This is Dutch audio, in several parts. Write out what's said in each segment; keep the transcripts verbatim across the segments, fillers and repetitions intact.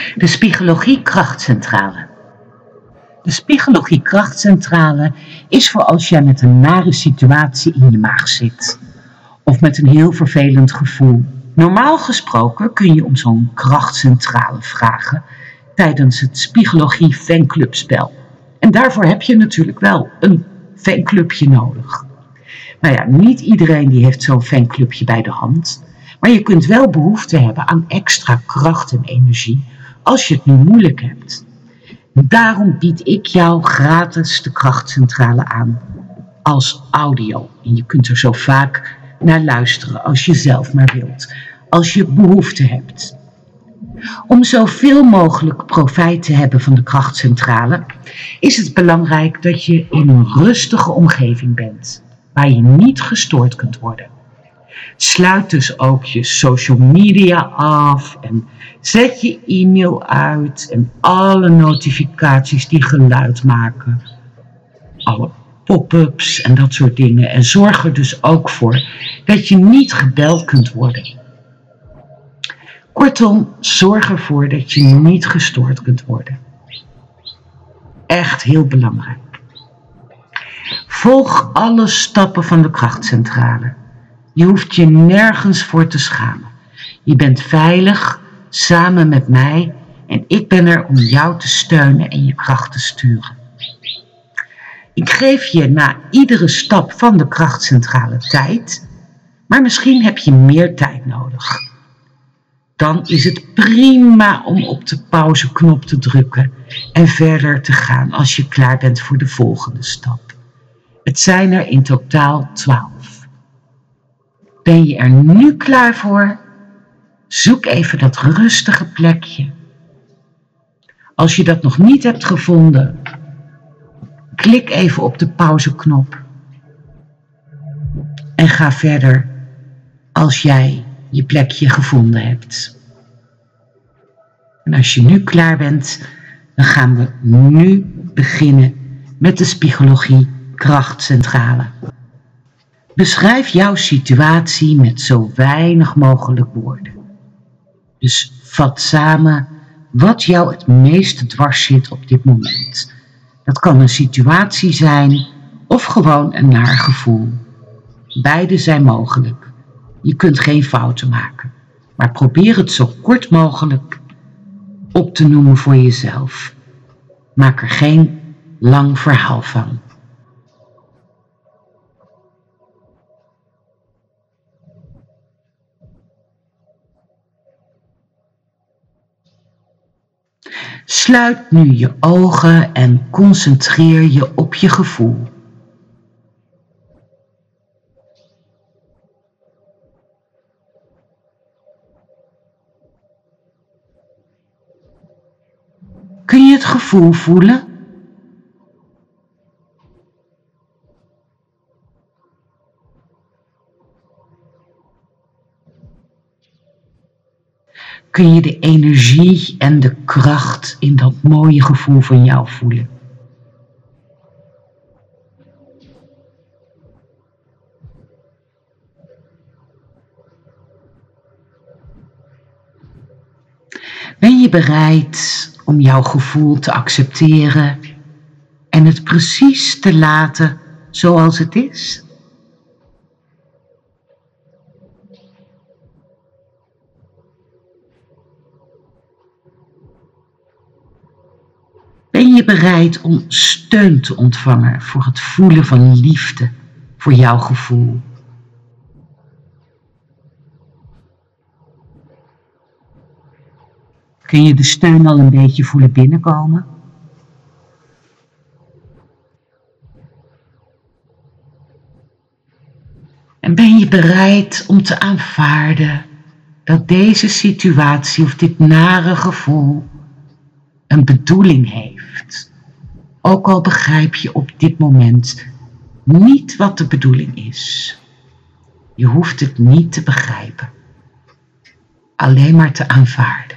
De Spiegologie-krachtcentrale. De Spiegologie-krachtcentrale is voor als jij met een nare situatie in je maag zit. Of met een heel vervelend gevoel. Normaal gesproken kun je om zo'n krachtcentrale vragen tijdens het Spiegologie fanclubspel. En daarvoor heb je natuurlijk wel een fanclubje nodig. Nou ja, niet iedereen die heeft zo'n fanclubje bij de hand. Maar je kunt wel behoefte hebben aan extra kracht en energie als je het nu moeilijk hebt. Daarom bied ik jou gratis de krachtcentrale aan als audio. En je kunt er zo vaak naar luisteren als je zelf maar wilt, als je behoefte hebt. Om zoveel mogelijk profijt te hebben van de krachtcentrale is het belangrijk dat je in een rustige omgeving bent, waar je niet gestoord kunt worden. Sluit dus ook je social media af en zet je e-mail uit en alle notificaties die geluid maken. Alle pop-ups en dat soort dingen. En zorg er dus ook voor dat je niet gebeld kunt worden. Kortom, zorg ervoor dat je niet gestoord kunt worden. Echt heel belangrijk. Volg alle stappen van de krachtcentrale. Je hoeft je nergens voor te schamen. Je bent veilig, samen met mij, en ik ben er om jou te steunen en je kracht te sturen. Ik geef je na iedere stap van de krachtcentrale tijd, maar misschien heb je meer tijd nodig. Dan is het prima om op de pauzeknop te drukken en verder te gaan als je klaar bent voor de volgende stap. Het zijn er in totaal twaalf. Ben je er nu klaar voor? Zoek even dat rustige plekje. Als je dat nog niet hebt gevonden, klik even op de pauzeknop en ga verder als jij je plekje gevonden hebt. En als je nu klaar bent, dan gaan we nu beginnen met de Spiegologie krachtcentrale. Beschrijf jouw situatie met zo weinig mogelijk woorden. Dus vat samen wat jou het meeste dwars zit op dit moment. Dat kan een situatie zijn of gewoon een naar gevoel. Beide zijn mogelijk. Je kunt geen fouten maken. Maar probeer het zo kort mogelijk op te noemen voor jezelf. Maak er geen lang verhaal van. Sluit nu je ogen en concentreer je op je gevoel. Kun je het gevoel voelen? Kun je de energie en de kracht in dat mooie gevoel van jou voelen? Ben je bereid om jouw gevoel te accepteren en het precies te laten zoals het is? Ben je bereid om steun te ontvangen voor het voelen van liefde voor jouw gevoel? Kun je de steun al een beetje voelen binnenkomen? En ben je bereid om te aanvaarden dat deze situatie of dit nare gevoel een bedoeling heeft? Ook al begrijp je op dit moment niet wat de bedoeling is. Je hoeft het niet te begrijpen. Alleen maar te aanvaarden.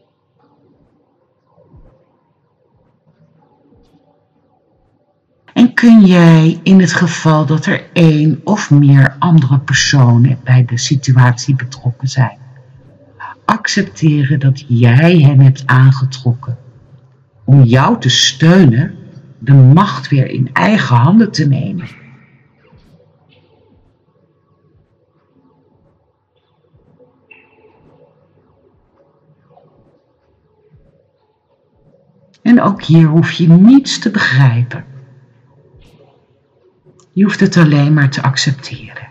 En kun jij in het geval dat er één of meer andere personen bij de situatie betrokken zijn, accepteren dat jij hen hebt aangetrokken om jou te steunen de macht weer in eigen handen te nemen. En ook hier hoef je niets te begrijpen. Je hoeft het alleen maar te accepteren.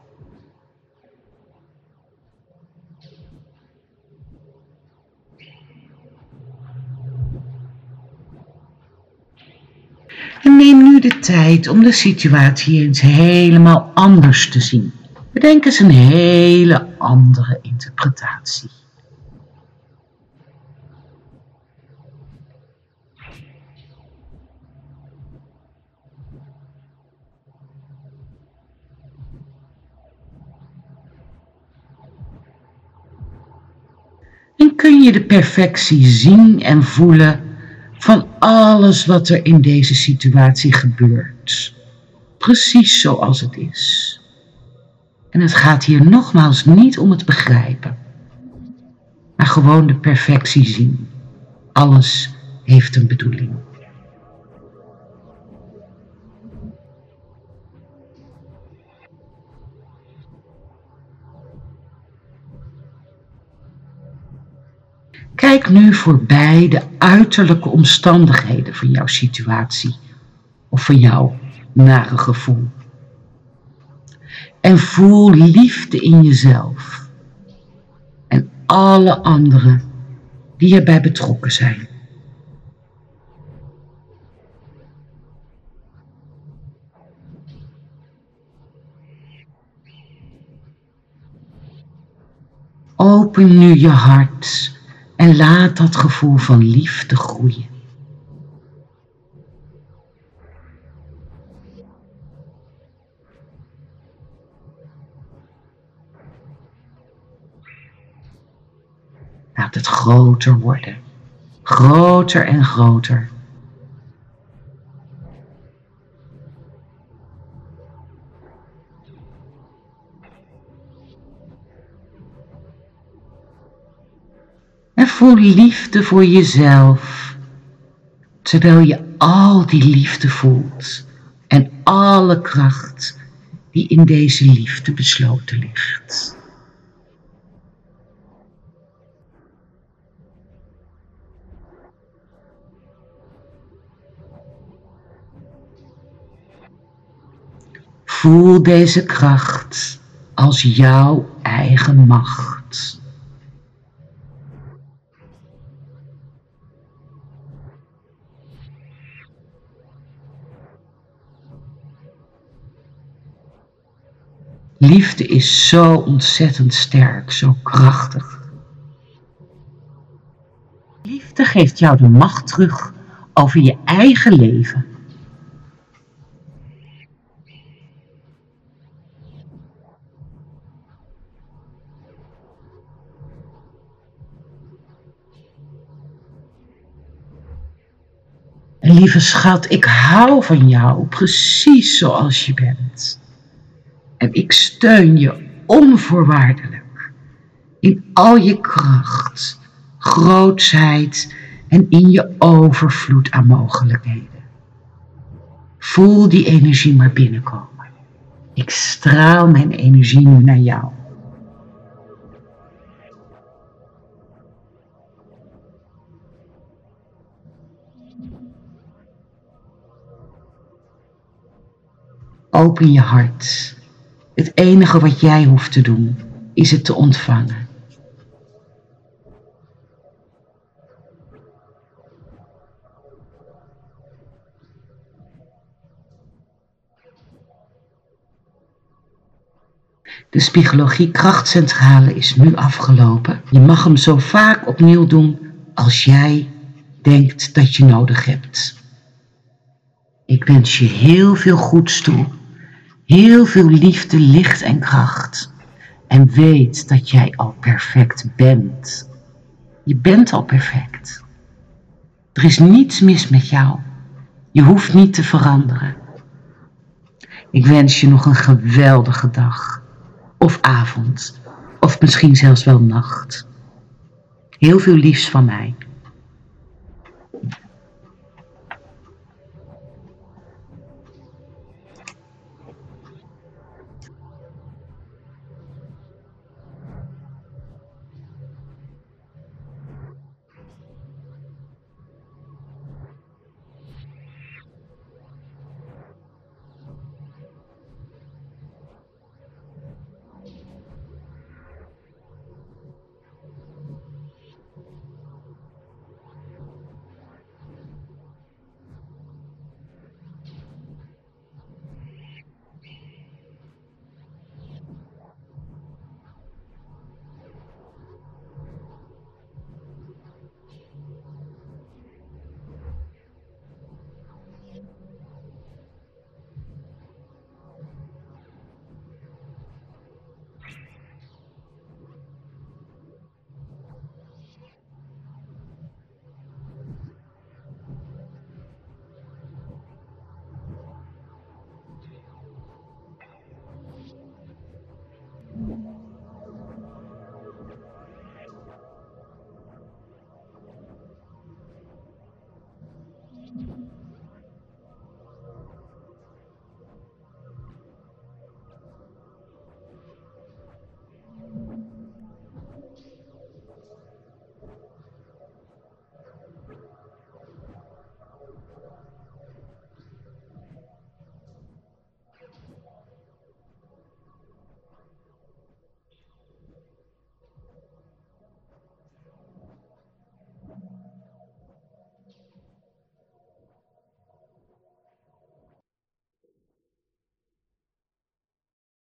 En neem nu de tijd om de situatie eens helemaal anders te zien. Bedenk eens een hele andere interpretatie. En kun je de perfectie zien en voelen van alles wat er in deze situatie gebeurt. Precies zoals het is. En het gaat hier nogmaals niet om het begrijpen, maar gewoon de perfectie zien. Alles heeft een bedoeling. Kijk nu voorbij de uiterlijke omstandigheden van jouw situatie of van jouw nare gevoel. En voel liefde in jezelf en alle anderen die erbij betrokken zijn. Open nu je hart en laat dat gevoel van liefde groeien. Laat het groter worden. Groter en groter. En voel liefde voor jezelf, terwijl je al die liefde voelt en alle kracht die in deze liefde besloten ligt. Voel deze kracht als jouw eigen macht. Liefde is zo ontzettend sterk, zo krachtig. Liefde geeft jou de macht terug over je eigen leven. En lieve schat, ik hou van jou precies zoals je bent. En ik steun je onvoorwaardelijk in al je kracht, grootsheid en in je overvloed aan mogelijkheden. Voel die energie maar binnenkomen. Ik straal mijn energie nu naar jou. Open je hart. Het enige wat jij hoeft te doen, is het te ontvangen. De Spiegologie Krachtcentrale is nu afgelopen. Je mag hem zo vaak opnieuw doen als jij denkt dat je nodig hebt. Ik wens je heel veel goeds toe. Heel veel liefde, licht en kracht. En weet dat jij al perfect bent. Je bent al perfect. Er is niets mis met jou. Je hoeft niet te veranderen. Ik wens je nog een geweldige dag. Of avond. Of misschien zelfs wel nacht. Heel veel liefs van mij.